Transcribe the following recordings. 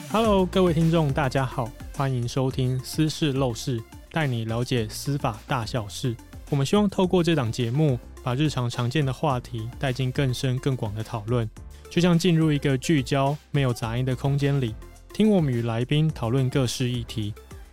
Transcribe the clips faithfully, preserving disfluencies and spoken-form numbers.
Hello， 各位听众，大家好，欢迎收听《司事漏事》，带你了解司法大小事。我们希望透过这档节目，把日常常见的话题带进更深更广的讨论，就像进入一个聚焦、没有杂音的空间里，听我们与来宾讨论各式议题。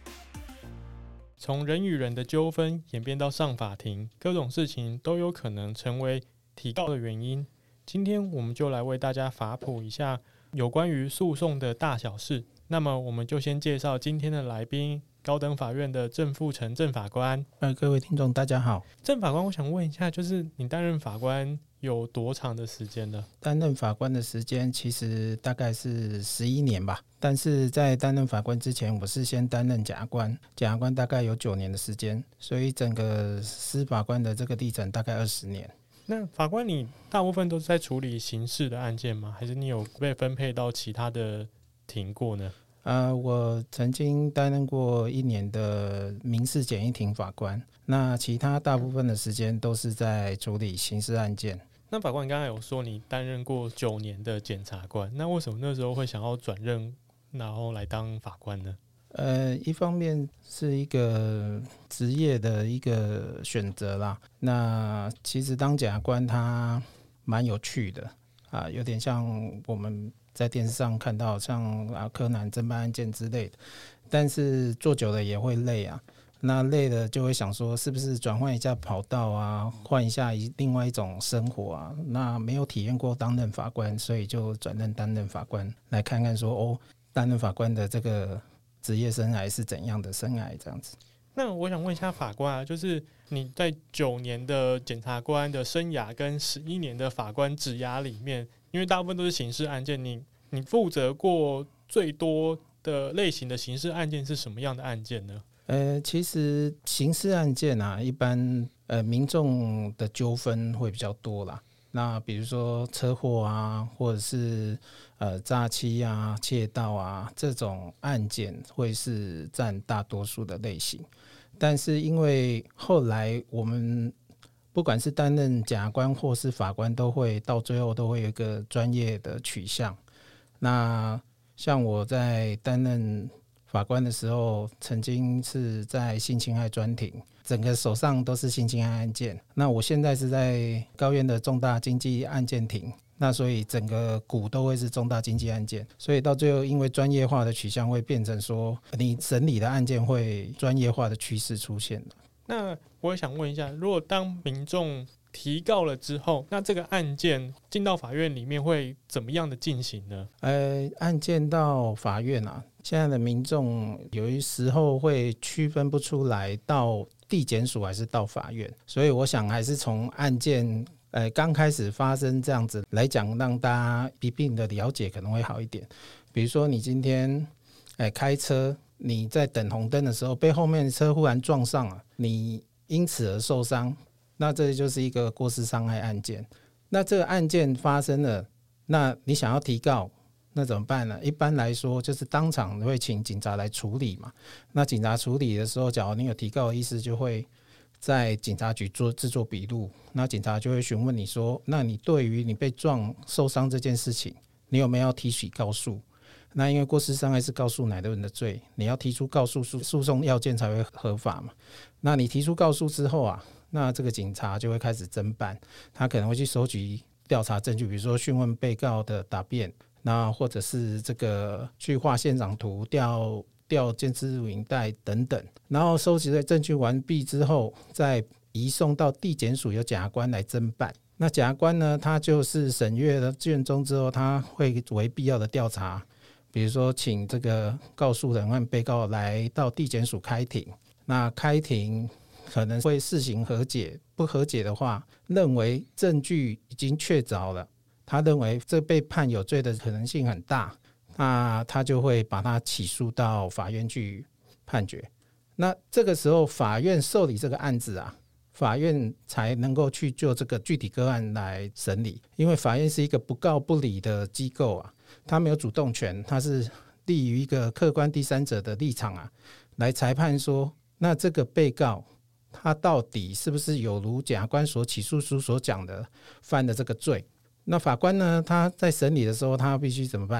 从人与人的纠纷演变到上法庭，各种事情都有可能成为提告的原因。今天我们就来为大家法普一下有关于诉讼的大小事。那么我们就先介绍今天的来宾，高等法院的郑富成郑法官。 呃，各位听众大家好。 郑法官，我想问一下，就是你担任法官有多长的时间了？ 担任法官的时间其实大概是十一年吧，但是在担任法官之前，我是先担任检察官，检察官大概有九年的时间，所以整个司法官的这个历程大概二十年。 那法官，你大部分都是在处理刑事的案件吗？还是你有被分配到其他的庭过呢？ 呃，我曾经担任过一年的民事简易庭法官，那其他大部分的时间都是在处理刑事案件。 那法官，你刚才有说你担任过九年的检察官，那为什么那时候会想要转任，然后来当法官呢？ 呃，一方面是一个职业的一个选择啦。那其实当检察官他蛮有趣的啊，有点像我们在电视上看到像啊柯南侦办案件之类的，但是做久了也会累啊。那累了就会想说，是不是转换一下跑道啊，换一下另外一种生活啊？那没有体验过担任法官，所以就转任担任法官，来看看说哦，担任法官的这个职业生涯是怎样的生涯这样子。 那我想问一下法官啊，就是你在九年的检察官的生涯跟十一年的法官职涯里面，因为大部分都是刑事案件，你你负责过最多的类型的刑事案件是什么样的案件呢？ 呃，其实刑事案件啊，一般呃民众的纠纷会比较多啦。那比如说车祸啊，或者是呃诈欺啊、窃盗啊这种案件，会是占大多数的类型。但是因为后来我们不管是担任检察官或是法官，都会到最后都会有一个专业的取向。那像我在担任法官的时候，曾经是在性侵害专庭，整个手上都是性侵害案件。那我现在是在高院的重大经济案件庭，那所以整个股都会是重大经济案件，所以到最后因为专业化的取向会变成说，你审理的案件会专业化的趋势出现。 那我也想问一下，如果当民众提告了之后，那这个案件进到法院里面会怎么样的进行呢？ 呃，案件到法院啊，现在的民众有些时候会区分不出来到地检署还是到法院，所以我想还是从案件呃刚开始发生这样子来讲，让大家一并的了解可能会好一点。比如说你今天呃开车，你在等红灯的时候被后面的车忽然撞上了，你因此而受伤，那这就是一个过失伤害案件。那这个案件发生了，那你想要提告，那怎么办呢？一般来说就是当场会请警察来处理嘛。那警察处理的时候，假如你有提告的意思，就会在警察局做制作笔录，那警察就会询问你说，那你对于你被撞受伤这件事情，你有没有要提起告诉？那因为过失伤害是告诉乃论的罪，你要提出告诉，诉讼要件才会合法嘛。那你提出告诉之后啊，那这个警察就会开始侦办，他可能会去收集调查证据，比如说讯问被告的答辩，那或者是这个去画现场图、调调监视录影带等等，然后收集的证据完毕之后，再移送到地检署由检察官来侦办。那检察官呢，他就是审阅了卷宗之后，他会为必要的调查，比如说请这个告诉人和被告来到地检署开庭，那开庭可能会试行和解，不和解的话，认为证据已经确凿了，他认为这被判有罪的可能性很大，那他就会把他起诉到法院去判决。那这个时候法院受理这个案子啊，法院才能够去就这个具体个案来审理，因为法院是一个不告不理的机构啊，他没有主动权，他是立于一个客观第三者的立场啊，来裁判说，那这个被告他到底是不是有如检察官所起诉书所讲的犯的这个罪。那法官呢，他在审理的时候他必须怎么办？他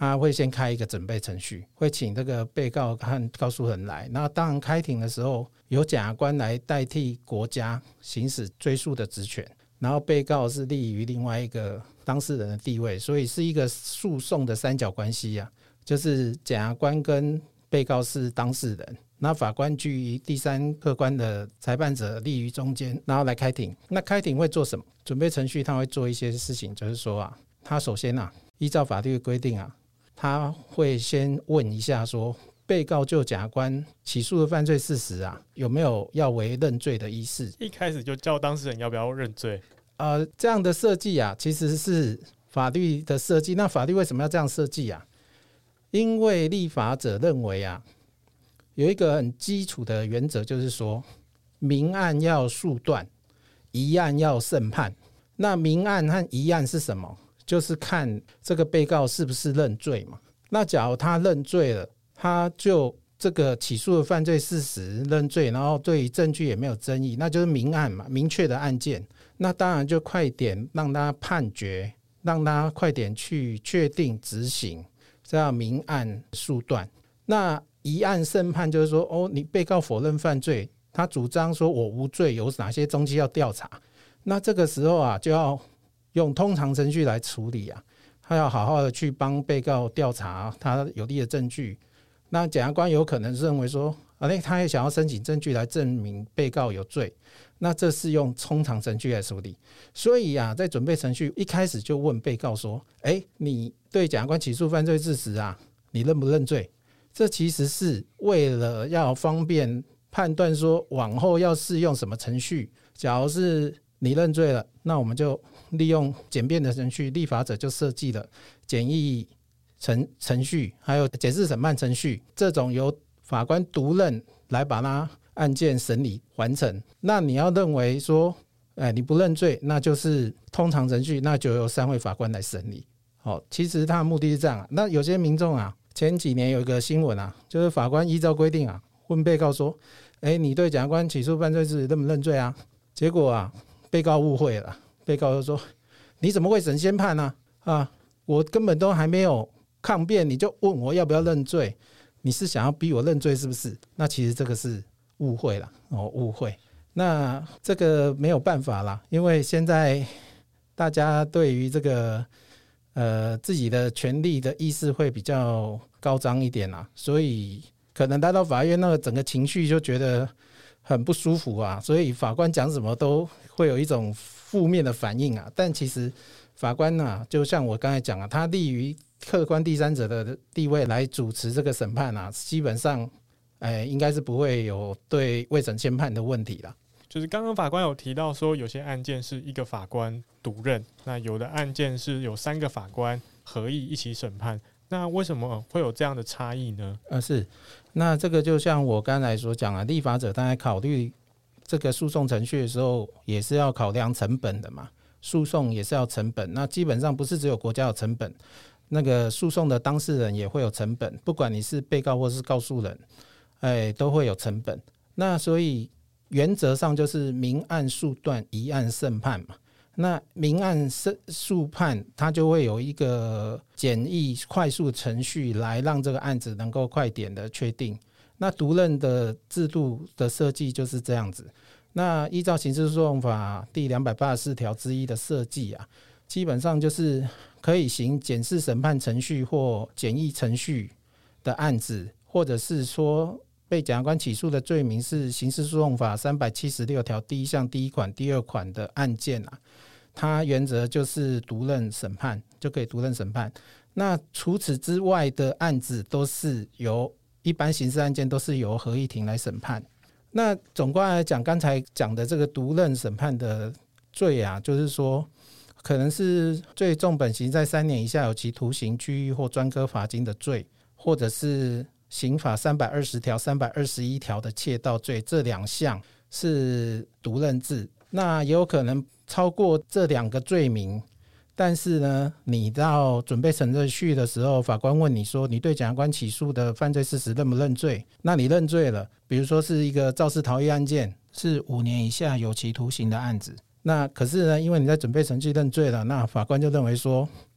他会先开一个准备程序，会请这个被告和告诉人来。那当然开庭的时候，由检察官来代替国家行使追诉的职权，然后被告是立于另外一个当事人的地位，所以是一个诉讼的三角关系啊，就是检察官跟被告是当事人，那法官居于第三客观的裁判者立于中间，然后来开庭。那开庭会做什么？准备程序他会做一些事情，就是说啊，他首先啊，依照法律的规定啊，他会先问一下说，被告就检察官起诉的犯罪事实啊，有没有要为认罪的意思？ 一开始就叫当事人要不要认罪？ 呃，这样的设计啊，其实是法律的设计。那法律为什么要这样设计啊？因为立法者认为啊，有一个很基础的原则，就是说，明案要诉断，疑案要审判。那明案和疑案是什么？就是看这个被告是不是认罪嘛。那假如他认罪了，他就这个起诉的犯罪事实认罪，然后对于证据也没有争议，那就是明案嘛，明确的案件。那当然就快点让他判决，让他快点去确定执行，这样明案诉断。那疑案审判就是说，哦，你被告否认犯罪，他主张说我无罪，有哪些东西要调查。那这个时候啊，就要用通常程序来处理啊，他要好好的去帮被告调查他有利的证据。那检察官有可能认为说，啊，他也想要申请证据来证明被告有罪，那这是用通常程序来处理。所以啊，在准备程序一开始就问被告说，哎，你对检察官起诉犯罪事实啊，你认不认罪？这其实是为了要方便判断说往后要适用什么程序。假如是你认罪了，那我们就利用简便的程序，立法者就设计了简易 程, 程序还有解释审判程序，这种由法官独任来把它案件审理完成。那你要认为说，哎，你不认罪，那就是通常程序，那就由三位法官来审理。哦，其实他的目的是这样啊。那有些民众啊，前几年有一个新闻啊，就是法官依照规定啊，问被告说，哎，你对检察官起诉犯罪事实认不认罪啊？结果啊，被告误会了，被告就说，你怎么会审先判呢？啊？啊，我根本都还没有抗辩，你就问我要不要认罪？你是想要逼我认罪是不是？那其实这个是误会啦，哦，误会。那这个没有办法啦，因为现在大家对于这个呃自己的权利的意识会比较高涨一点啦，所以可能来到法院那个整个情绪就觉得很不舒服啊，所以法官讲什么都会有一种负面的反应啊。但其实法官啊，就像我刚才讲啊，他立于客观第三者的地位来主持这个审判啊，基本上，哎，应该是不会有对未审先判的问题啦。 就是刚刚法官有提到说，有些案件是一个法官独任，那有的案件是有三个法官合议一起审判。那为什么会有这样的差异呢？ 呃，是，那这个就像我刚才所讲啊，立法者当然考虑这个诉讼程序的时候，也是要考量成本的嘛。诉讼也是要成本，那基本上不是只有国家有成本，那个诉讼的当事人也会有成本，不管你是被告或是告诉人，哎，都会有成本。那所以原则上就是明案诉断，疑案审判嘛。那明案诉判，它就会有一个简易快速程序来让这个案子能够快点的确定。那独任的制度的设计就是这样子。那依照刑事诉讼法第两百八十四条之一的设计啊，基本上就是可以行简式审判程序或简易程序的案子，或者是说被检察官起诉的罪名是刑事诉讼法三百七十六条第一项第一款第二款的案件啊，它原则就是独任审判，就可以独任审判。那除此之外的案子都是由一般刑事案件都是由合议庭来审判。那总括来讲，刚才讲的这个独任审判的罪啊，就是说可能是最重本刑在三年以下有期徒刑、拘役或专科罚金的罪，或者是刑法三百二十条、三百二十一条的窃盗罪，这两项是独任制。那也有可能超过这两个罪名，但是呢，你到准备程序的时候，法官问你说，你对检察官起诉的犯罪事实认不认罪？那你认罪了，比如说是一个肇事逃逸案件，是五年以下有期徒刑的案子。那可是呢，因为你在准备程序认罪了，那法官就认为说，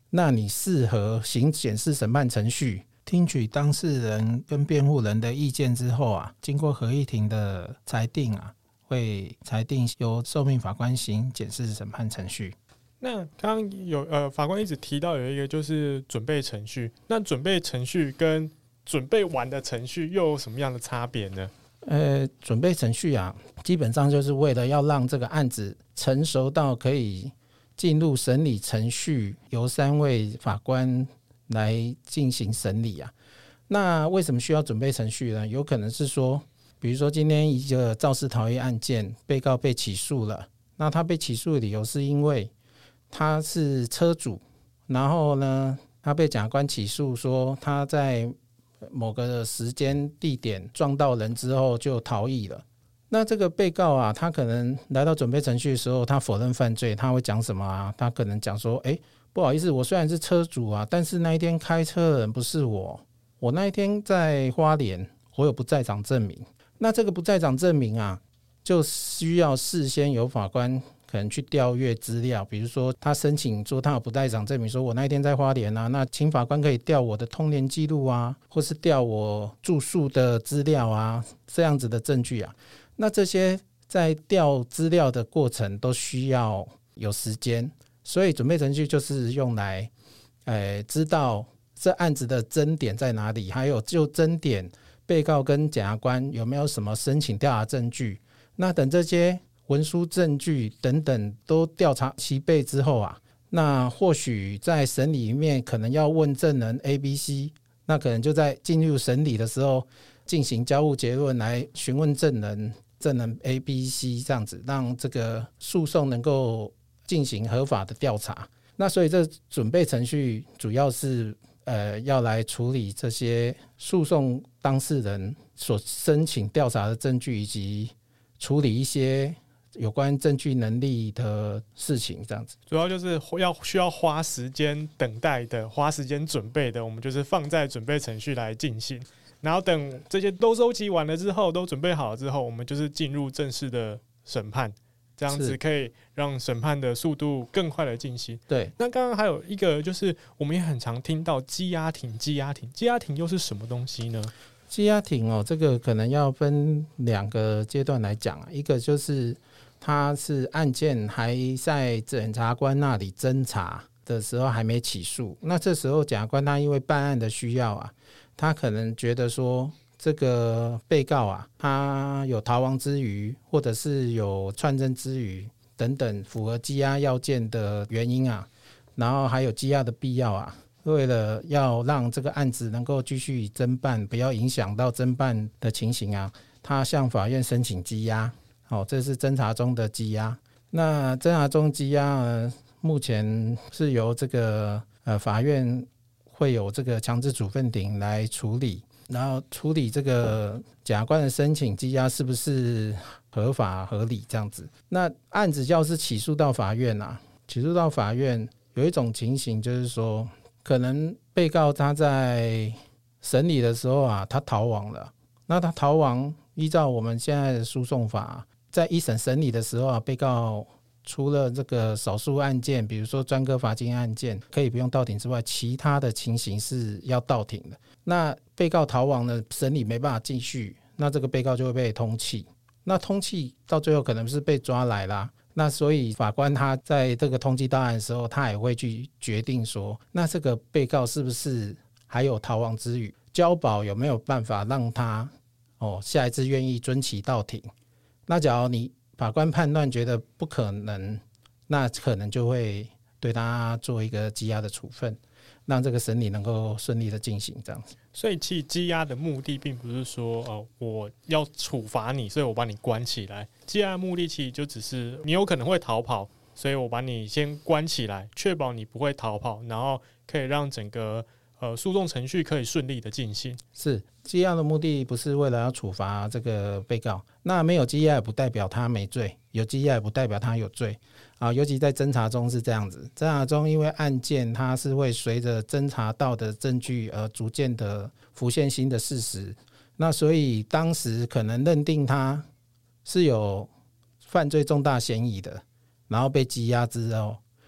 那你适合行检视审判程序，听取当事人跟辩护人的意见之后啊，经过合议庭的裁定啊，会裁定由受命法官行检视审判程序。 那刚刚有呃法官一直提到有一个就是准备程序，那准备程序跟准备完的程序又有什么样的差别呢？ 呃，准备程序啊，基本上就是为了要让这个案子成熟到可以进入审理程序，由三位法官来进行审理啊。那为什么需要准备程序呢？有可能是说，比如说今天一个肇事逃逸案件，被告被起诉了，那他被起诉的理由是因为他是车主，然后呢，他被检察官起诉说他在某个时间地点撞到人之后就逃逸了。那这个被告啊，他可能来到准备程序的时候，他否认犯罪，他会讲什么啊？他可能讲说，哎，不好意思，我虽然是车主啊，但是那一天开车的人不是我，我那一天在花莲，我有不在场证明。那这个不在场证明啊，就需要事先由法官可能去调阅资料，比如说他申请说他有不在场证明，说我那一天在花莲啊，那请法官可以调我的通联记录啊，或是调我住宿的资料啊，这样子的证据啊。那这些在调资料的过程都需要有时间，所以准备程序就是用来呃知道这案子的争点在哪里，还有就争点被告跟检察官有没有什么申请调查证据。那等这些文书证据等等都调查齐备之后啊，那或许在审理里面可能要问证人 A、B、C， 那可能就在进入审理的时候进行交互结论来询问证人证人 A、B、C 这样子，让这个诉讼能够进行合法的调查。那所以这准备程序主要是呃要来处理这些诉讼当事人所申请调查的证据，以及处理一些有关证据能力的事情，这样子。 主要就是要需要花时间等待的，花时间准备的，我们就是放在准备程序来进行。然后等这些都收集完了之后，都准备好了之后，我们就是进入正式的审判，这样子可以让审判的速度更快的进行。 对， 那刚刚还有一个就是我们也很常听到羁押庭，羁押庭，羁押庭又是什么东西呢？ 羁押庭哦，这个可能要分两个阶段来讲啊，一个就是它是案件还在检察官那里侦查的时候还没起诉，那这时候检察官他因为办案的需要啊，他可能觉得说这个被告啊，他有逃亡之余，或者是有串证之余等等符合羁押要件的原因啊，然后还有羁押的必要啊，为了要让这个案子能够继续侦办，不要影响到侦办的情形啊，他向法院申请羁押。好，这是侦查中的羁押。那侦查中羁押呢，目前是由这个呃法院会有这个强制处分庭来处理，然后处理这个检察官的申请羁押是不是合法合理这样子。那案子要是起诉到法院啊，起诉到法院有一种情形就是说，可能被告他在审理的时候啊，他逃亡了。那他逃亡，依照我们现在的诉讼法，在一审审理的时候啊，被告除了这个少数案件，比如说专科罚金案件可以不用到庭之外，其他的情形是要到庭的。那被告逃亡了，审理没办法继续，那这个被告就会被通缉。那通缉到最后可能是被抓来啦。那所以法官他在这个通缉到案的时候，他也会去决定说，那这个被告是不是还有逃亡之余，交保有没有办法让他哦下一次愿意遵期到庭。那假如你法官判断觉得不可能，那可能就会对他做一个羁押的处分，让这个审理能够顺利的进行这样子。 所以其实羁押的目的并不是说、呃、我要处罚你，所以我把你关起来。羁押的目的其实就只是你有可能会逃跑，所以我把你先关起来，确保你不会逃跑，然后可以让整个呃诉讼程序可以顺利的进行。 是羁押的目的不是为了要处罚这个被告，那没有羁押也不代表他没罪，有羁押也不代表他有罪啊。尤其在侦查中是这样子，侦查中因为案件它是会随着侦查到的证据而逐渐的浮现新的事实，那所以当时可能认定他是有犯罪重大嫌疑的，然后被羁押之后，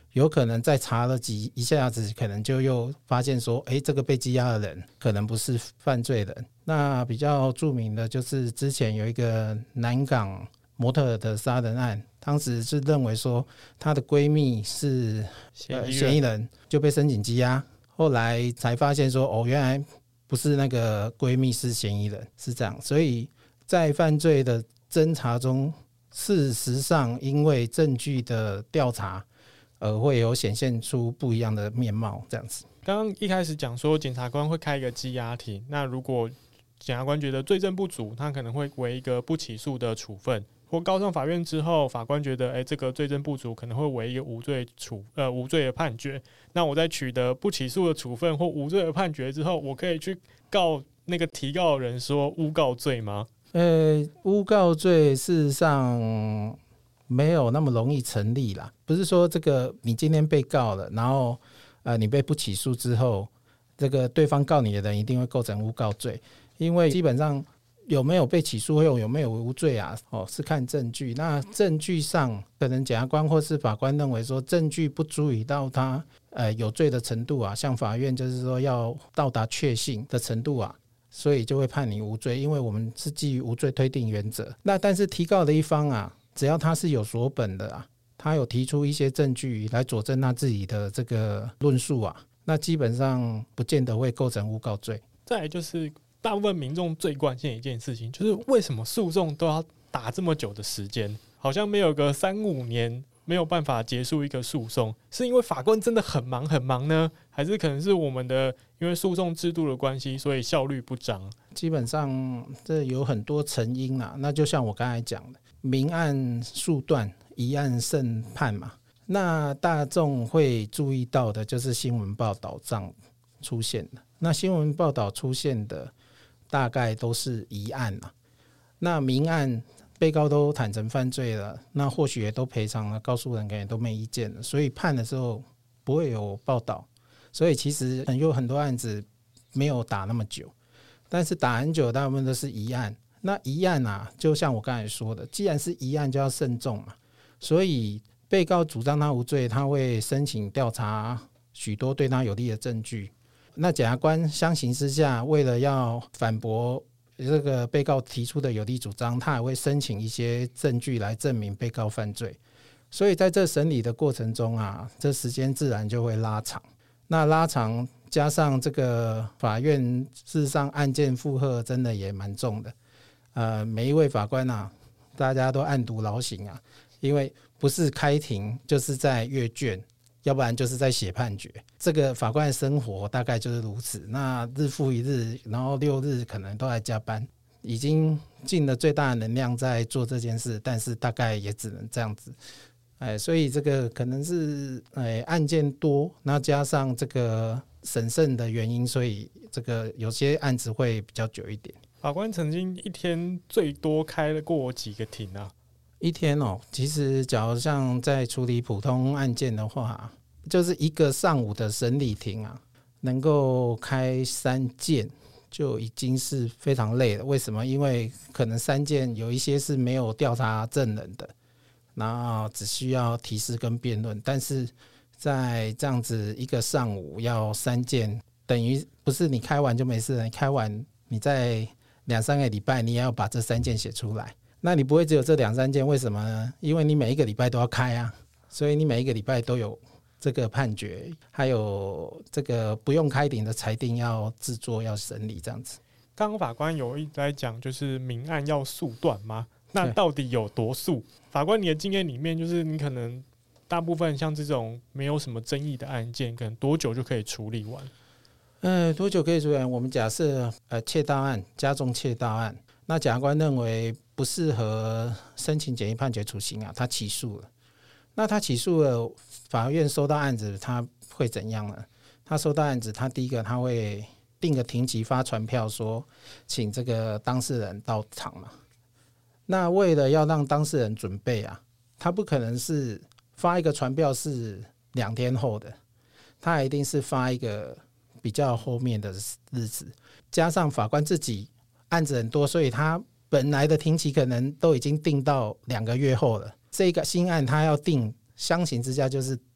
有可能再查了几一下子，可能就又发现说，哎，这个被羁押的人可能不是犯罪人。那比较著名的就是之前有一个南港模特儿的杀人案，当时是认为说她的闺蜜是嫌疑人，嫌疑人就被申请羁押，后来才发现说，哦，原来不是那个闺蜜是嫌疑人，是这样。所以在犯罪的侦查中，事实上因为证据的调查而会有显现出不一样的面貌，这样子。 刚刚一开始讲说检察官会开一个羁押庭，那如果检察官觉得罪证不足，他可能会为一个不起诉的处分，或告上法院之后，法官觉得，哎、欸，这个罪证不足，可能会为一个无罪处呃无罪的判决。那我在取得不起诉的处分或无罪的判决之后，我可以去告那个提告的人说诬告罪吗？ 呃，诬告罪事实上没有那么容易成立啦，不是说这个你今天被告了，然后呃你被不起诉之后，这个对方告你的人一定会构成诬告罪，因为基本上有没有被起诉或有没有无罪啊，哦是看证据。那证据上可能检察官或是法官认为说证据不足以到他呃有罪的程度啊，像法院就是说要到达确信的程度啊，所以就会判你无罪，因为我们是基于无罪推定原则。那但是提告的一方啊，只要他是有所本的啊，他有提出一些证据来佐证他自己的这个论述啊，那基本上不见得会构成诬告罪。 再来就是大部分民众最关心的一件事情，就是为什么诉讼都要打这么久的时间？好像没有个三五年没有办法结束一个诉讼，是因为法官真的很忙很忙呢，还是可能是我们的因为诉讼制度的关系，所以效率不彰？ 基本上这有很多成因啊，那就像我刚才讲的，明案速断，疑案胜判嘛。那大众会注意到的就是新闻报道上出现的，那新闻报道出现的大概都是疑案啊。那明案被告都坦诚犯罪了，那或许也都赔偿了，告诉人可能也都没意见了，所以判的时候不会有报道。所以其实有很多案子没有打那么久，但是打很久大部分都是疑案。那疑案啊，就像我刚才说的，既然是疑案就要慎重嘛，所以被告主张他无罪，他会申请调查许多对他有利的证据。那检察官相形之下，为了要反驳这个被告提出的有利主张，他还会申请一些证据来证明被告犯罪。所以在这审理的过程中啊，这时间自然就会拉长。那拉长加上这个法院事实上案件负荷真的也蛮重的，呃，每一位法官啊，大家都暗读劳刑啊，因为不是开庭就是在阅卷，要不然就是在写判决。这个法官的生活大概就是如此，那日复一日，然后六日可能都在加班，已经尽了最大的能量在做这件事，但是大概也只能这样子。哎，所以这个可能是哎案件多，那加上这个审慎的原因，所以这个有些案子会比较久一点。 法官曾经一天最多开过几个庭啊？ 一天哦，其实假如像在处理普通案件的话，就是一个上午的审理庭啊，能够开三件就已经是非常累了。为什么？因为可能三件有一些是没有调查证人的，然后只需要提示跟辩论，但是在这样子一个上午要三件，等于不是你开完就没事了，你开完你在两三个礼拜你也要把这三件写出来。那你不会只有这两三件，为什么呢？因为你每一个礼拜都要开啊，所以你每一个礼拜都有这个判决，还有这个不用开庭的裁定要制作要审理这样子。 刚刚法官有一直在讲就是明案要速断吗？那到底有多速？法官你的经验里面，就是你可能大部分像这种没有什么争议的案件，可能多久就可以处理完？ 呃，多久可以处理完？我们假设呃窃盗案、加重窃盗案，那检察官认为不适合申请简易判决处刑啊，他起诉了。那他起诉了，法院收到案子，他会怎样呢？他收到案子，他第一个他会定个庭期，发传票说，请这个当事人到场嘛。那为了要让当事人准备啊，他不可能是发一个传票是两天后的，他一定是发一个比较后面的日子，加上法官自己案子很多，所以他本来的庭期可能都已经定到两个月后了。这个新案他要定，相形之下就是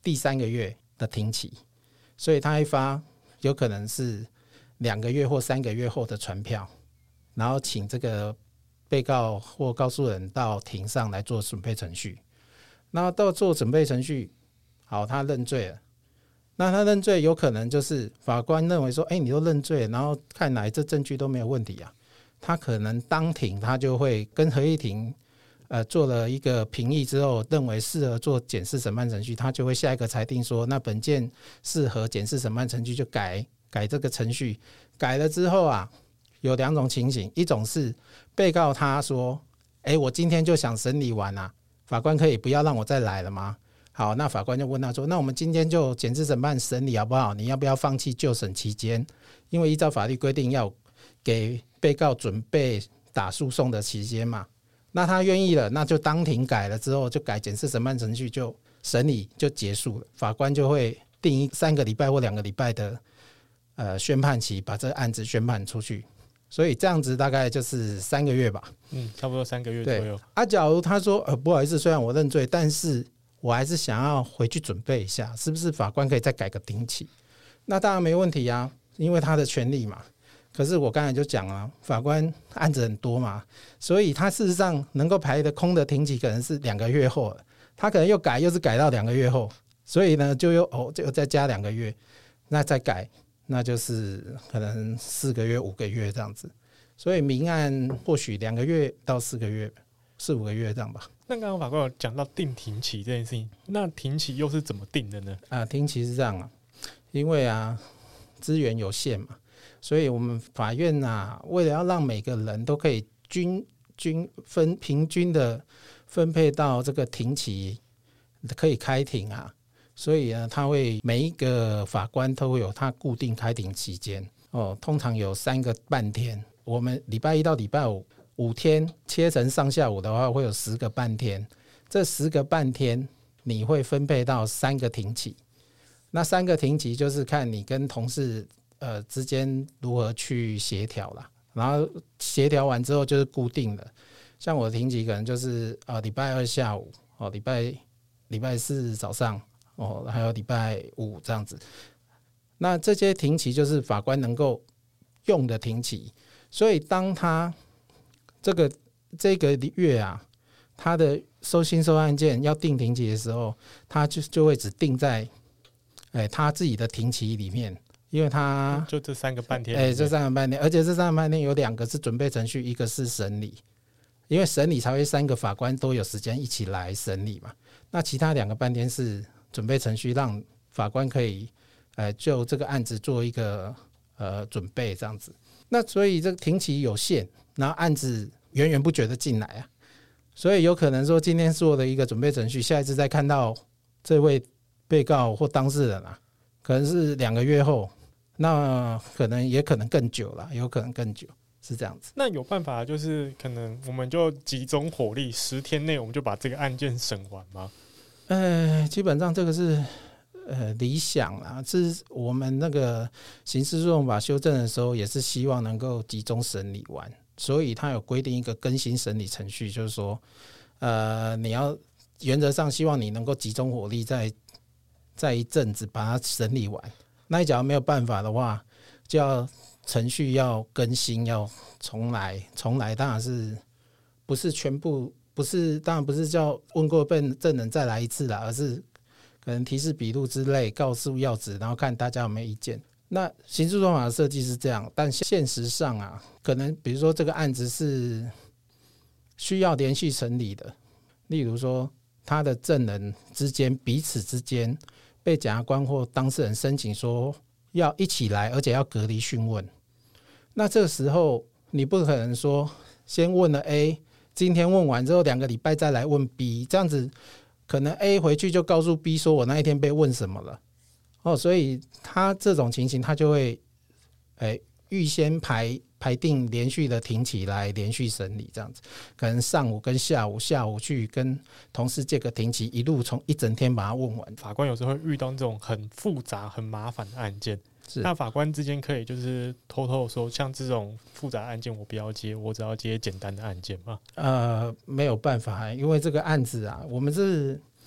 第三个月的庭期，所以他会发有可能是两个月或三个月后的传票，然后请这个被告或告诉人到庭上来做准备程序。那到做准备程序，好，他认罪了。那他认罪有可能就是法官认为说，哎、欸，你都认罪了，然后看来这证据都没有问题啊，他可能当庭他就会跟合议庭呃做了一个评议之后，认为适合做检视审判程序，他就会下一个裁定说，那本件适合检视审判程序，就改改这个程序。改了之后啊，有两种情形，一种是被告他说，哎、欸，我今天就想审理完啊，法官可以不要让我再来了吗？好，那法官就问他说，那我们今天就检视审判审理好不好？你要不要放弃就审期间？因为依照法律规定要给被告准备打诉讼的期间嘛。那他愿意了，那就当庭改了之后，就改检视审判程序，就审理就结束了。法官就会定一三个礼拜或两个礼拜的呃宣判期，把这个案子宣判出去。所以这样子大概就是三个月吧。 嗯，差不多三个月左右。 啊，假如他说呃不好意思，虽然我认罪，但是我还是想要回去准备一下，是不是法官可以再改个庭期？那当然没问题啊，因为他的权利嘛。可是我刚才就讲了，法官案子很多嘛，所以他事实上能够排的空的庭期可能是两个月后了，他可能又改又是改到两个月后，所以呢就又哦就再加两个月，那再改那就是可能四个月五个月这样子，所以民案或许两个月到四个月四五个月这样吧。 那刚刚法官有讲到定庭期这件事情，那庭期又是怎么定的呢？ 啊，庭期是这样啊，因为啊资源有限嘛，所以我们法院啊，为了要让每个人都可以均均分平均的分配到这个庭期可以开庭啊，所以呢，他会每一个法官都会有他固定开庭期间哦，通常有三个半天。我们礼拜一到礼拜五五天切成上下午的话，会有十个半天。这十个半天你会分配到三个庭期，那三个庭期就是看你跟同事呃之间如何去协调啦。然后协调完之后就是固定的，像我的庭期可能就是呃礼拜二下午哦，礼拜礼拜四早上哦，还有礼拜五这样子。那这些庭期就是法官能够用的庭期，所以当他这个这个月啊，他的收新收案件要定庭期的时候，他就就会只定在，哎，他自己的庭期里面，因为他就这三个半天， 哎，这三个半天，而且这三个半天有两个是准备程序，一个是审理，因为审理才会三个法官都有时间一起来审理嘛。那其他两个半天是准备程序，让法官可以呃就这个案子做一个呃准备这样子。那所以这个庭期有限，然后案子源源不绝的进来啊，所以有可能说今天做的一个准备程序，下一次再看到这位被告或当事人啊，可能是两个月后，那可能也可能更久了，有可能更久，是这样子。 那有办法就是可能我们就集中火力，十天内我们就把这个案件审完吗？ 呃，基本上这个是呃理想啦，是我们那个刑事诉讼法修正的时候，也是希望能够集中审理完，所以它有规定一个更新审理程序，就是说，呃，你要原则上希望你能够集中火力在在一阵子把它审理完。那假如没有办法的话，就要程序要更新，要重来，重来当然是不是全部。不是，当然不是叫问过证人再来一次啦，而是可能提示笔录之类，告诉要旨，然后看大家有没有意见。那刑事诉讼法的设计是这样，但现实上啊，可能比如说这个案子是需要连续审理的，例如说他的证人之间彼此之间被检察官或当事人申请说要一起来，而且要隔离讯问。那这个时候你不可能说先问了 A。今天问完之后，两个礼拜再来问 B， 这样子可能 A 回去就告诉 B 说，我那一天被问什么了。哦，所以他这种情形，他就会，哎，预先排排定连续的庭期来连续审理，这样子，可能上午跟下午，下午去跟同事借个庭期，一路从一整天把它问完。 法官有时候会遇到这种很复杂、很麻烦的案件。那法官之间可以就是偷偷说，像这种复杂案件我不要接，我只要接简单的案件吗？ 呃，没有办法，因为这个案子啊，我们是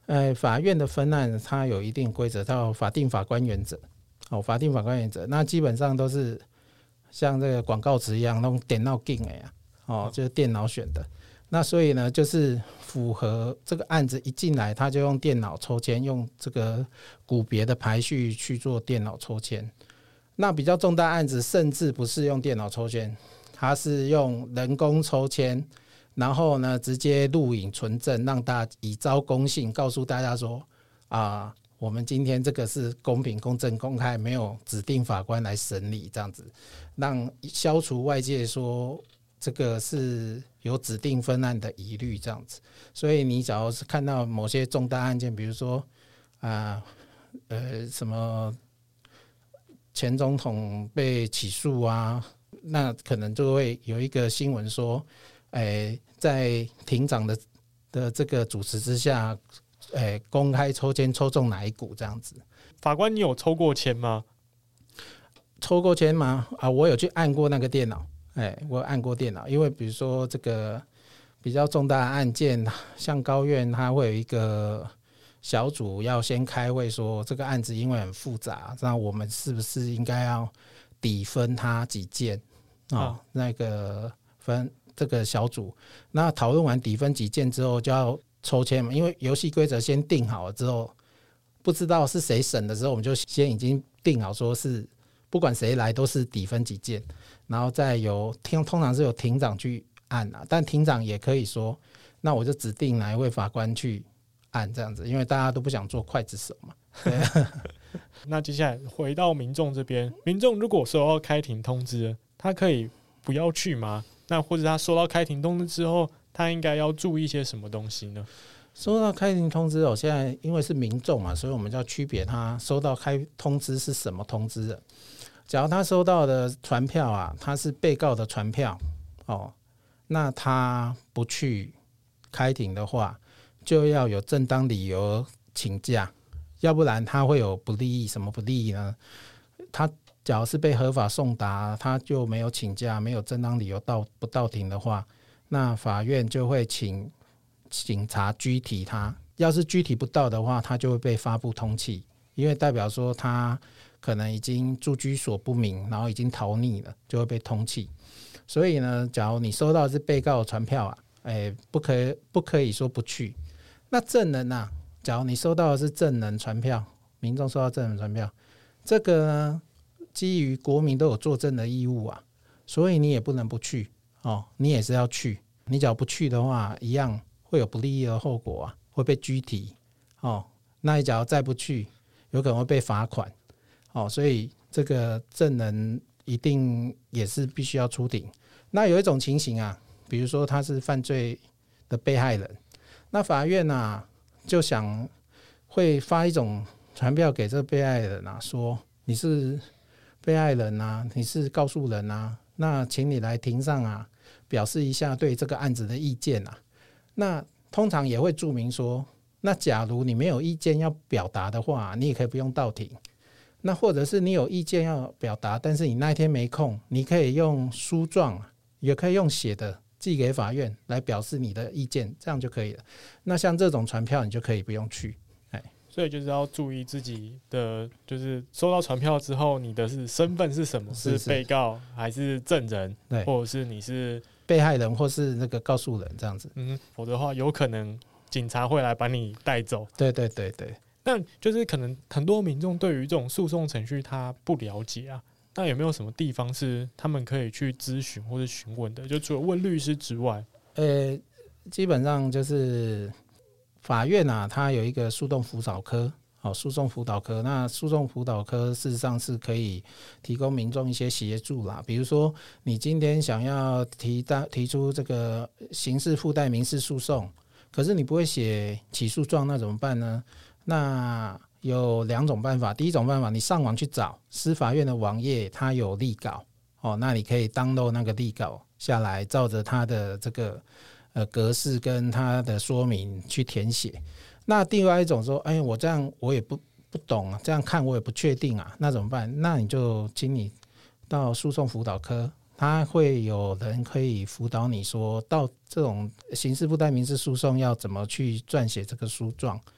呃，法院的分案它有一定规则，叫法定法官原则。哦，法定法官原则，那基本上都是像这个广告词一样，那种电脑进的呀，哦，就是电脑选的。那所以呢，就是符合这个案子一进来，他就用电脑抽签，用这个股别的排序去做电脑抽签。那比较重大案子，甚至不是用电脑抽签，他是用人工抽签，然后呢直接录影存证，让大家以昭公信，告诉大家说啊，我们今天这个是公平、公正、公开，没有指定法官来审理，这样子，让消除外界说这个是有指定分案的疑虑，这样子。所以你只要是看到某些重大案件，比如说啊呃什么前总统被起诉啊，那可能就会有一个新闻说，哎，在庭长的的这个主持之下，哎，公开抽签抽中哪一股这样子。 法官，你有抽过签吗？ 抽过签吗？啊，我有去按过那个电脑。哎，我按过电脑，因为比如说这个比较重大的案件，像高院它会有一个小组要先开会说，这个案子因为很复杂，那我们是不是应该要抵分它几件啊、哦？那个分这个小组，那讨论完抵分几件之后就要抽签嘛，因为游戏规则先定好了之后，不知道是谁审的时候，我们就先已经定好说是不管谁来都是抵分几件。然后再由听通常是由庭长去按啊，但庭长也可以说，那我就指定哪一位法官去按这样子，因为大家都不想做刽子手嘛。 那接下来回到民众这边，民众如果收到开庭通知，他可以不要去吗？那或者他收到开庭通知之后，他应该要注意一些什么东西呢？ 收到开庭通知，我现在因为是民众嘛，所以我们就要区别他收到开通知是什么通知的。假如他收到的传票啊，他是被告的传票哦，那他不去开庭的话，就要有正当理由请假，要不然他会有不利益。什么不利益呢？他假如是被合法送达，他就没有请假，没有正当理由到不到庭的话，那法院就会请警察拘提他。要是拘提不到的话，他就会被发布通缉，因为代表说他可能已经住居所不明，然后已经逃匿了，就会被通缉。所以呢，假如你收到的是被告的传票啊，哎，不可以不可以说不去。那证人啊，假如你收到的是证人传票，民众收到证人传票，这个呢，基于国民都有作证的义务啊，所以你也不能不去哦，你也是要去。你假如不去的话，一样会有不利益的后果啊，会被拘提哦。那你假如再不去，有可能会被罚款。哦，所以这个证人一定也是必须要出庭。那有一种情形啊，比如说他是犯罪的被害人，那法院啊就想会发一种传票给这个被害人啊，说你是被害人啊，你是告诉人啊，那请你来庭上啊表示一下对这个案子的意见啊。那通常也会注明说，那假如你没有意见要表达的话，你也可以不用到庭。那或者是你有意见要表达，但是你那一天没空，你可以用书状，也可以用写的寄给法院来表示你的意见，这样就可以了。那像这种传票你就可以不用去。 所以就是要注意自己的，就是收到传票之后，你的是身份是什么？是, 是被告还是证人，或者是你是被害人或是那个告诉人这样子。 嗯，否则的话有可能警察会来把你带走。 对对对对。 但就是可能很多民众对于这种诉讼程序他不了解啊，那有没有什么地方是他们可以去咨询或者询问的？就除了问律师之外， 呃，基本上就是法院啊，它有一个诉讼辅导科，好，诉讼辅导科。那诉讼辅导科事实上是可以提供民众一些协助啦，比如说你今天想要提到提出这个刑事附带民事诉讼，可是你不会写起诉状，那怎么办呢？那有两种办法，第一种办法，你上网去找司法院的网页，它有例稿哦，那你可以 download 那个例稿下来，照着它的这个呃格式跟它的说明去填写。那另外一种说，哎，我这样我也不不懂啊，这样看我也不确定啊，那怎么办？那你就请你到诉讼辅导科，他会有人可以辅导你说，到这种刑事附带民事诉讼要怎么去撰写这个诉状。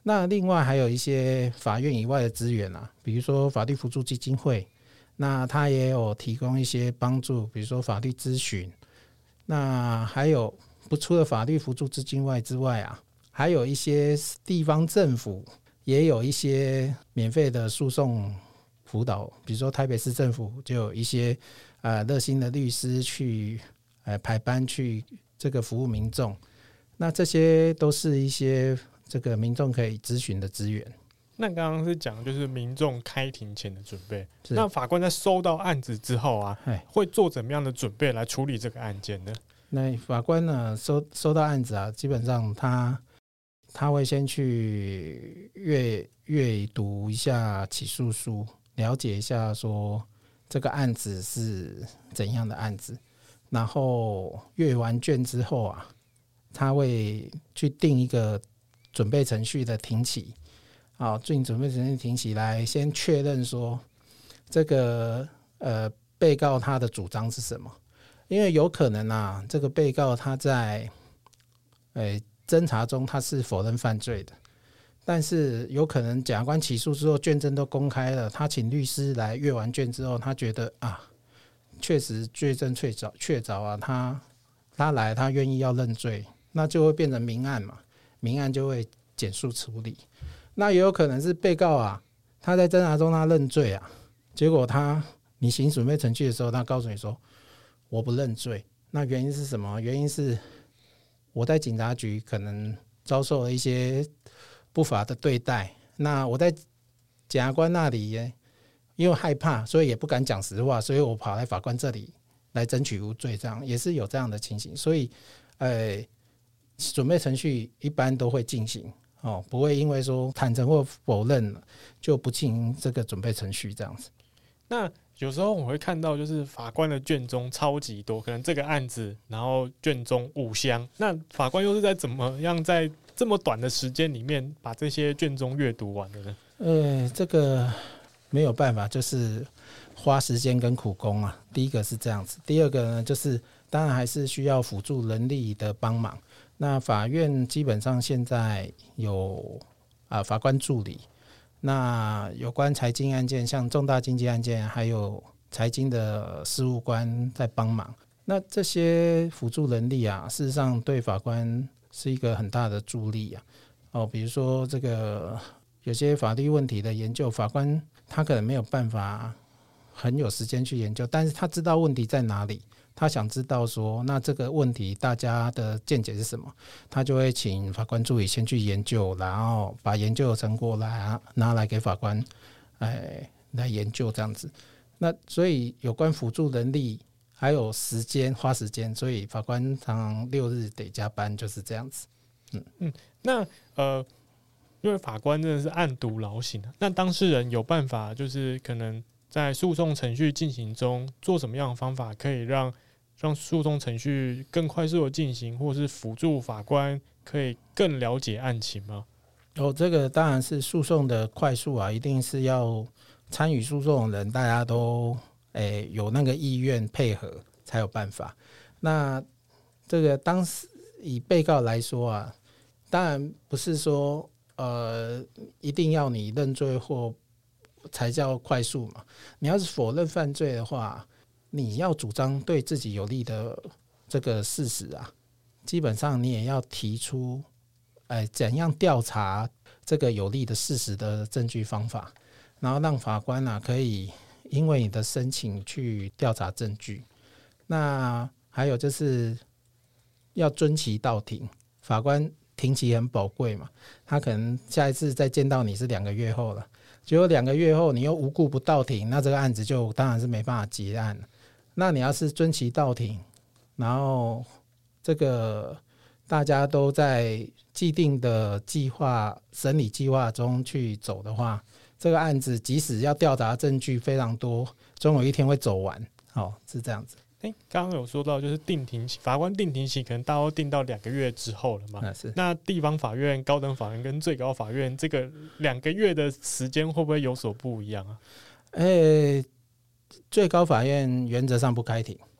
那另外还有一些法院以外的资源啊，比如说法律扶助基金会，那它也有提供一些帮助，比如说法律咨询。那还有不除了法律扶助资金外之外啊，还有一些地方政府也有一些免费的诉讼辅导，比如说台北市政府就有一些呃热心的律师去呃排班去这个服务民众。那这些都是一些这个民众可以咨询的资源。 那刚刚是讲就是民众开庭前的准备，那法官在收到案子之后啊，会做怎么样的准备来处理这个案件呢？ 那法官呢 收, 收到案子啊，基本上他他会先去阅阅读一下起诉书，了解一下说这个案子是怎样的案子，然后阅完卷之后啊，他会去定一个准备程序的庭期，好，进准备程序庭期来先确认说这个呃被告他的主张是什么，因为有可能啊，这个被告他在呃侦查中他是否认犯罪的，但是有可能检察官起诉之后卷证都公开了，他请律师来阅完卷之后，他觉得啊确实罪证确凿确凿啊，他他来他愿意要认罪，那就会变成民案嘛，民案就会简速处理。那也有可能是被告啊，他在侦查中他认罪啊，结果他你行准备程序的时候，他告诉你说我不认罪，那原因是什么？原因是我在警察局可能遭受了一些不法的对待，那我在检察官那里因为害怕，所以也不敢讲实话，所以我跑来法官这里来争取无罪，这样也是有这样的情形。所以呃，准备程序一般都会进行哦，不会因为说坦诚或否认就不进行这个准备程序这样子。 那有时候我会看到就是法官的卷宗超级多，可能这个案子然后卷宗五箱，那法官又是在怎么样在这么短的时间里面把这些卷宗阅读完的呢？ 呃，这个没有办法，就是花时间跟苦功啊。第一个是这样子，第二个呢，就是当然还是需要辅助人力的帮忙。那法院基本上现在有啊法官助理，那有关财经案件，像重大经济案件，还有财经的事务官在帮忙。那这些辅助人力啊，事实上对法官是一个很大的助力啊。哦，比如说这个有些法律问题的研究，法官他可能没有办法很有时间去研究，但是他知道问题在哪里，他想知道说那这个问题大家的见解是什么，他就会请法官助理先去研究，然后把研究的成果来拿来给法官、哎、来研究这样子。那所以有关辅助人力还有时间花时间，所以法官常常六日得加班，就是这样子。嗯嗯，那呃，因为法官真的是暗读劳刑，那当事人有办法就是可能在诉讼程序进行中做什么样的方法可以让让诉讼程序更快速的进行，或是辅助法官可以更了解案情吗？ 哦，这个当然是诉讼的快速啊，一定是要参与诉讼的人大家都、欸、有那个意愿配合才有办法。那这个当时以被告来说啊，当然不是说呃一定要你认罪或才叫快速嘛。你要是否认犯罪的话，你要主张对自己有利的这个事实啊，基本上你也要提出呃怎样调查这个有利的事实的证据方法，然后让法官啊可以因为你的申请去调查证据。那还有就是要遵期到庭，法官庭期很宝贵嘛，他可能下一次再见到你是两个月后了，结果两个月后你又无故不到庭，那这个案子就当然是没办法结案了。那你要是遵期到庭，然后这个大家都在既定的计划审理计划中去走的话，这个案子即使要调查证据非常多，总有一天会走完。哦，是这样子。 欸、刚刚有说到就是定庭期，法官定庭期可能大都定到两个月之后了嘛、 啊、是。 那地方法院、高等法院跟最高法院这个两个月的时间会不会有所不一样啊？ 欸、最高法院原则上不开庭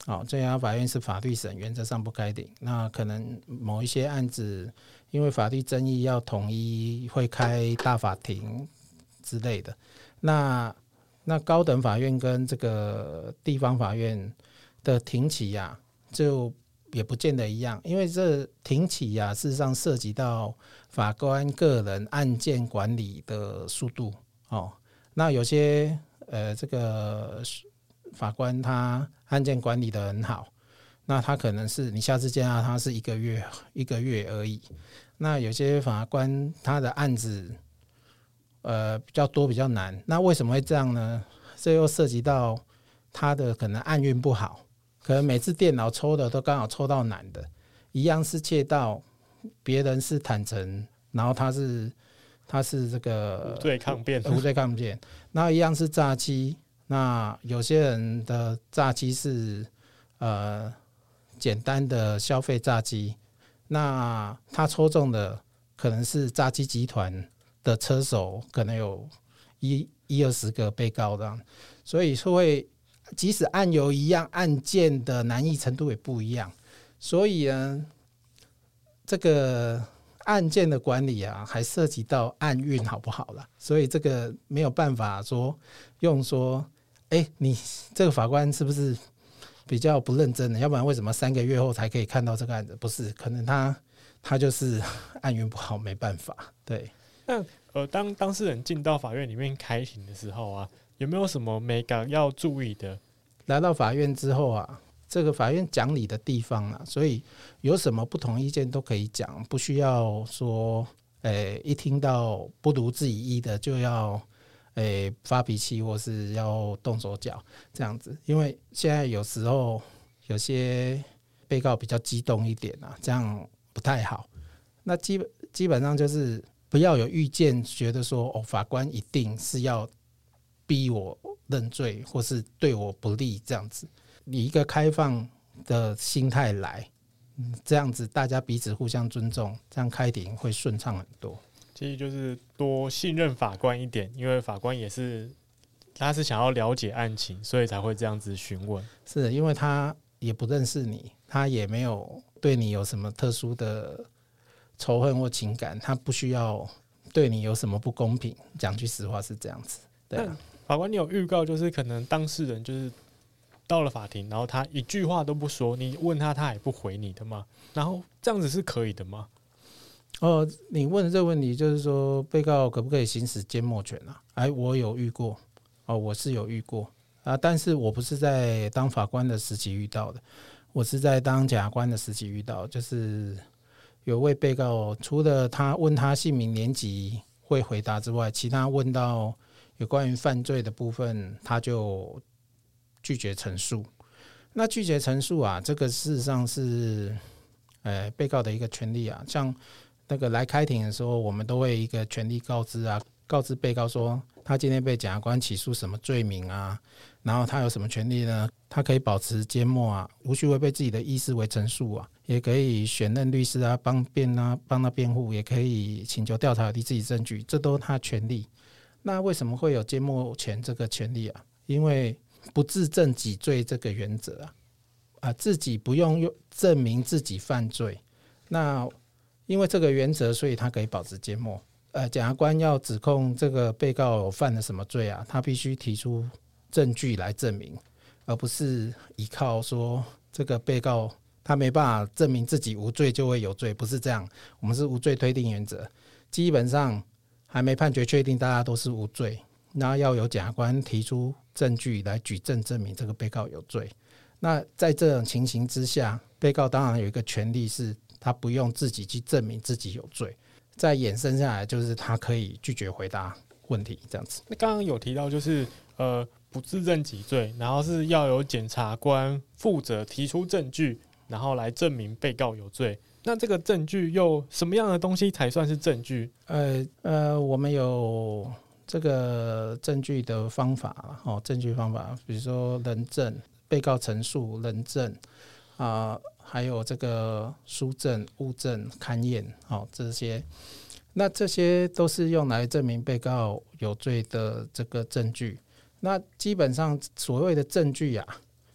好，最高法院是法律审，原则上不开庭。那可能某一些案子，因为法律争议要统一，会开大法庭之类的。那那高等法院跟这个地方法院的庭期啊，就也不见得一样，因为这庭期啊，事实上涉及到法官个人案件管理的速度哦。那有些呃，这个法官他案件管理的很好，那他可能是你下次见到他是一个月一个月而已。那有些法官他的案子呃比较多比较难，那为什么会这样呢？这又涉及到他的可能案运不好，可能每次电脑抽的都刚好抽到难的，一样是窃盗，别人是坦诚，然后他是他是这个无罪抗辩， 无罪抗辩，那一样是诈欺。那有些人的诈欺是呃简单的消费诈欺，那他抽中的可能是诈欺集团的车手，可能有一一二十个被告这样，所以会即使案由一样，案件的难易程度也不一样，所以呢，这个案件的管理啊，还涉及到案运好不好啦，所以这个没有办法说用说，哎、欸，你这个法官是不是比较不认真的？要不然为什么三个月后才可以看到这个案子？不是，可能他他就是案运不好，没办法。对， 那呃，当当事人进到法院里面开庭的时候啊，有没有什么美感要注意的？ 来到法院之后啊，这个法院讲理的地方啊，所以有什么不同意见都可以讲，不需要说，诶、欸，一听到不如自己意的就要，诶、欸，发脾气或是要动手脚这样子。因为现在有时候有些被告比较激动一点啊，这样不太好。那基本基本上就是不要有预见，觉得说哦，法官一定是要逼我认罪或是对我不利这样子，以一个开放的心态来，这样子大家彼此互相尊重，这样开庭会顺畅很多。 其实就是多信任法官一点，因为法官也是他是想要了解案情，所以才会这样子询问。 是因为他也不认识你，他也没有对你有什么特殊的仇恨或情感，他不需要对你有什么不公平。讲句实话是这样子，对啊。 法官，你有预告就是可能当事人就是到了法庭，然后他一句话都不说，你问他他也不回你的吗？然后这样子是可以的吗？ 哦，你问的这个问题就是说，被告可不可以行使缄默权啊？哎，我有遇过，哦，我是有遇过啊，但是我不是在当法官的时期遇到的，我是在当检察官的时期遇到，就是有位被告，除了他问他姓名年纪会回答之外，其他问到有关于犯罪的部分，他就拒绝陈述。那拒绝陈述啊，这个事实上是，呃，被告的一个权利啊。像那个来开庭的时候，我们都会一个权利告知啊，告知被告说他今天被检察官起诉什么罪名啊，然后他有什么权利呢？他可以保持缄默啊，无需违背自己的意思为陈述啊，也可以选任律师啊，帮辩啊，帮他辩护，也可以请求调查离自己证据，这都是他权利。那为什么会有缄默权这个权利啊？因为不自证己罪这个原则啊，啊，自己不用证明自己犯罪。那因为这个原则，所以他可以保持缄默。呃，检察官要指控这个被告有犯了什么罪啊，他必须提出证据来证明，而不是依靠说这个被告他没办法证明自己无罪就会有罪，不是这样。我们是无罪推定原则，基本上还没判决确定，大家都是无罪。那要由检察官提出证据来举证证明这个被告有罪。那在这种情形之下，被告当然有一个权利是他不用自己去证明自己有罪。再衍生下来就是他可以拒绝回答问题这样子。 那刚刚有提到就是呃不自证己罪，然后是要由检察官负责提出证据，然后来证明被告有罪。那这个证据又什么样的东西才算是证据？呃呃，我们有这个证据的方法哦，证据方法，比如说人证、被告陈述、人证啊、呃，还有这个书证、物证、勘验，哦，这些，那这些都是用来证明被告有罪的这个证据。那基本上所谓的证据啊，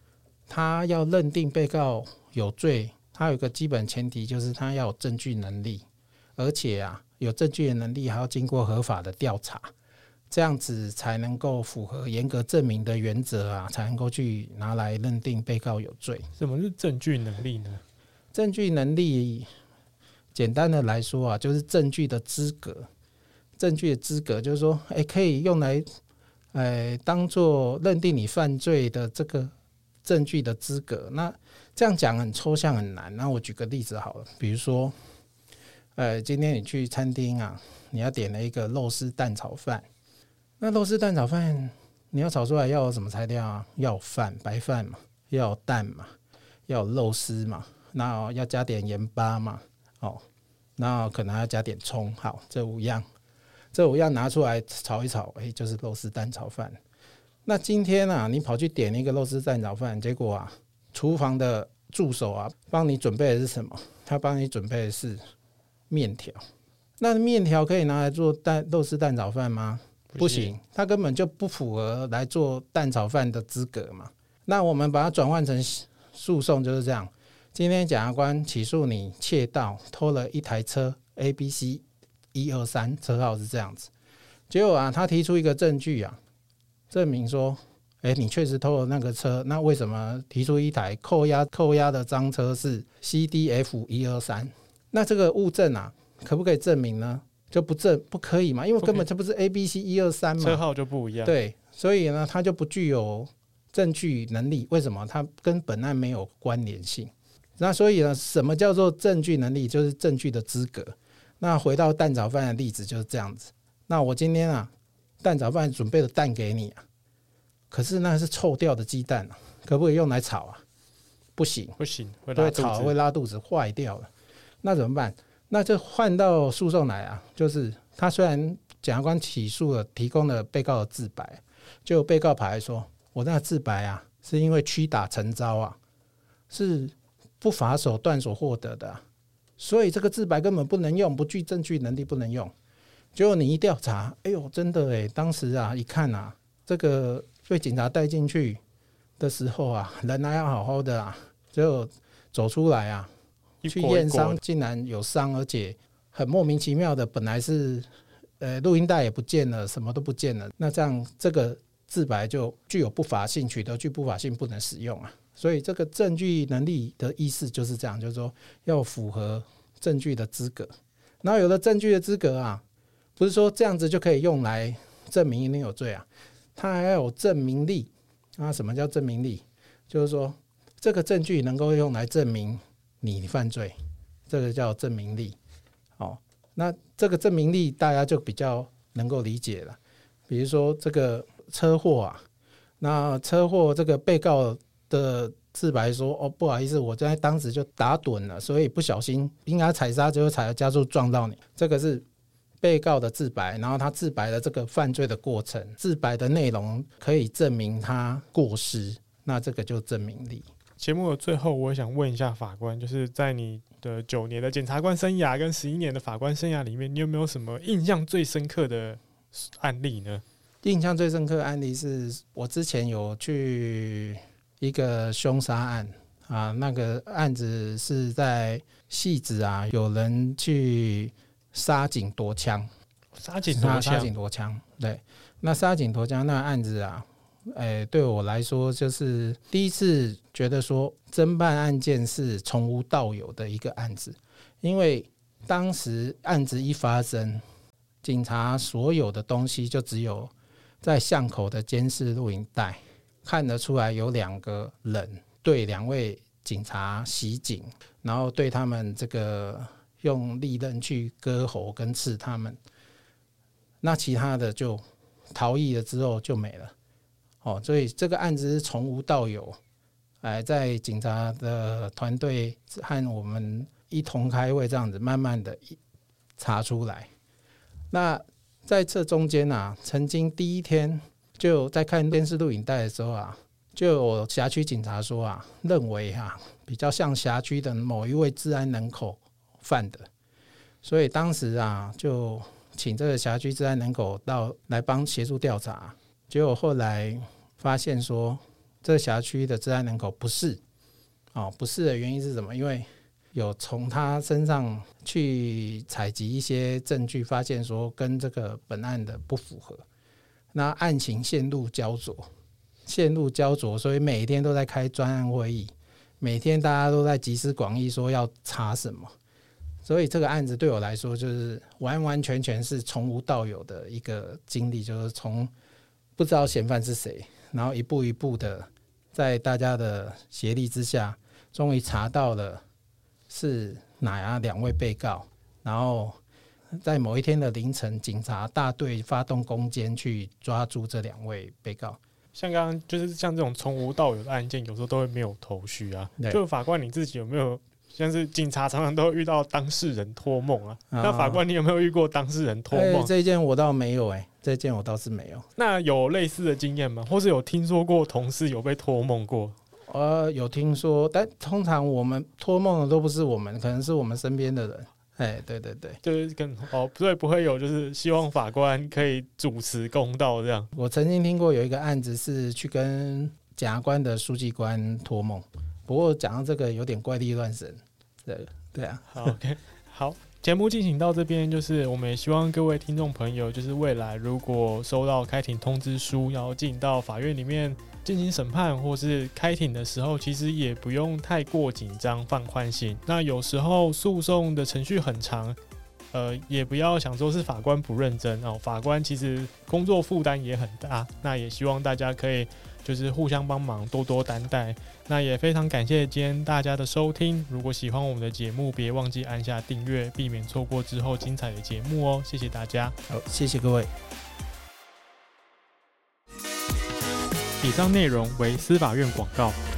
他要认定被告有罪，他有一个基本前提，就是他要有证据能力，而且啊，有证据的能力还要经过合法的调查，这样子才能够符合严格证明的原则啊，才能够去拿来认定被告有罪。 什么是证据能力呢？ 证据能力，简单的来说啊，就是证据的资格。证据的资格就是说，哎，可以用来，呃，当做认定你犯罪的这个证据的资格。那这样讲很抽象很难。那我举个例子好了，比如说，呃，今天你去餐厅啊，你要点了一个肉丝蛋炒饭。那肉丝蛋炒饭你要炒出来要有什么材料啊？要有饭，白饭嘛，要有蛋嘛，要有肉丝嘛，那要加点盐巴嘛，哦，那可能还要加点葱。好，这五样。这五样拿出来炒一炒，哎，就是肉丝蛋炒饭。那今天啊，你跑去点一个肉丝蛋炒饭，结果啊，厨房的助手啊，帮你准备的是什么？他帮你准备的是面条。那面条可以拿来做蛋肉丝蛋炒饭吗？不行，它根本就不符合来做蛋炒饭的资格嘛。那我们把它转换成诉讼就是这样。今天检察官起诉你窃盗，偷了一台车 A B C。一二三车号是这样子，结果啊，他提出一个证据啊，证明说，哎，你确实偷了那个车，那为什么提出一台扣押扣押的赃车是 C D F 一二三？那这个物证啊，可不可以证明呢？就不证不可以嘛，因为根本就不是 A B C 一二三嘛， 车号就不一样。 对，所以呢，他就不具有证据能力。为什么？他跟本案没有关联性。那所以呢，什么叫做证据能力？就是证据的资格。那回到蛋炒饭的例子就是这样子。那我今天啊，蛋炒饭准备了蛋给你啊，可是那是臭掉的鸡蛋啊，可不可以用来炒啊？不行， 不行，会拉肚子， 炒会拉肚子，坏掉了。那怎么办？那就换到诉讼来啊，就是他虽然检察官起诉了，提供了被告的自白，就被告跑来说，我那个自白啊，是因为屈打成招啊，是不法手段所获得的啊。所以这个自白根本不能用，不具证据能力不能用。结果你一调查，哎呦，真的哎，当时啊一看啊，这个被警察带进去的时候啊，人还要好好的啊，结果走出来啊，去验伤竟然有伤，而且很莫名其妙的，本来是呃录音带也不见了，什么都不见了。那这样这个自白就具有不法性，取得具不法性，不能使用啊。所以这个证据能力的意思就是这样，就是说要符合证据的资格。然后有了证据的资格啊，不是说这样子就可以用来证明你有罪啊，它还要有证明力啊。什么叫证明力？就是说这个证据能够用来证明你犯罪，这个叫证明力。哦，那这个证明力大家就比较能够理解了。比如说这个车祸啊，那车祸这个被告的自白说，哦，不好意思，我在当时就打盹了，所以不小心应该踩刹车踩了加速撞到你。这个是被告的自白，然后他自白了这个犯罪的过程，自白的内容可以证明他过失，那这个就证明力。 节目的最后，我想问一下法官，就是在你的九年的检察官生涯跟十一年的法官生涯里面，你有没有什么印象最深刻的案例呢？ 印象最深刻的案例是我之前有去一个凶杀案啊，那个案子是在汐止啊，有人去杀警夺枪， 杀警夺枪， 杀警夺枪，对，那杀警夺枪那个案子啊，欸，对我来说就是第一次觉得说侦办案件是从无到有的一个案子，因为当时案子一发生，警察所有的东西就只有在巷口的监视录影带看得出来有两个人对两位警察袭警，然后对他们这个用利刃去割喉跟刺他们，那其他的就逃逸了之后就没了。哦，所以这个案子是从无到有，哎，在警察的团队和我们一同开会，这样子慢慢的查出来。那在这中间啊，曾经第一天就在看电视录影带的时候啊，就有辖区警察说啊，认为啊比较像辖区的某一位治安人口犯的，所以当时啊就请这个辖区治安人口到来帮协助调查。结果后来发现说，这这个辖区的治安人口不是哦，不是的原因是什么？因为有从他身上去采集一些证据，发现说跟这个本案的不符合，那案情陷入焦灼，陷入焦灼，所以每天都在开专案会议，每天大家都在集思广益说要查什么，所以这个案子对我来说就是完完全全是从无到有的一个经历，就是从不知道嫌犯是谁，然后一步一步的在大家的协力之下，终于查到了是哪两位被告，然后在某一天的凌晨，警察大队发动攻坚去抓住这两位被告。 像刚刚就是像这种从无到有的案件，有时候都会没有头绪啊。就法官你自己有没有，像是警察常常都会遇到当事人托梦啊？哦、那法官你有没有遇过当事人托梦？ 欸、这一件我倒没有、欸，哎，这一件我倒是没有。 那有类似的经验吗？或是有听说过同事有被托梦过？ 呃，有听说，但通常我们托梦的都不是我们，可能是我们身边的人。哎，对对对， 就是跟哦，所以不会有，就是希望法官可以主持公道这样。 我曾经听过有一个案子是去跟检察官的书记官托梦，不过讲到这个有点怪力乱神。对对啊， 好 ，OK， 好。节目进行到这边，就是我们也希望各位听众朋友，就是未来如果收到开庭通知书，要进到法院里面进行审判或是开庭的时候，其实也不用太过紧张，放宽心。那有时候诉讼的程序很长，呃，也不要想说是法官不认真哦，法官其实工作负担也很大。那也希望大家可以就是互相帮忙，多多担待。那也非常感谢今天大家的收听。如果喜欢我们的节目，别忘记按下订阅，避免错过之后精彩的节目哦。谢谢大家。 好，谢谢各位。 以上内容为司法院广告。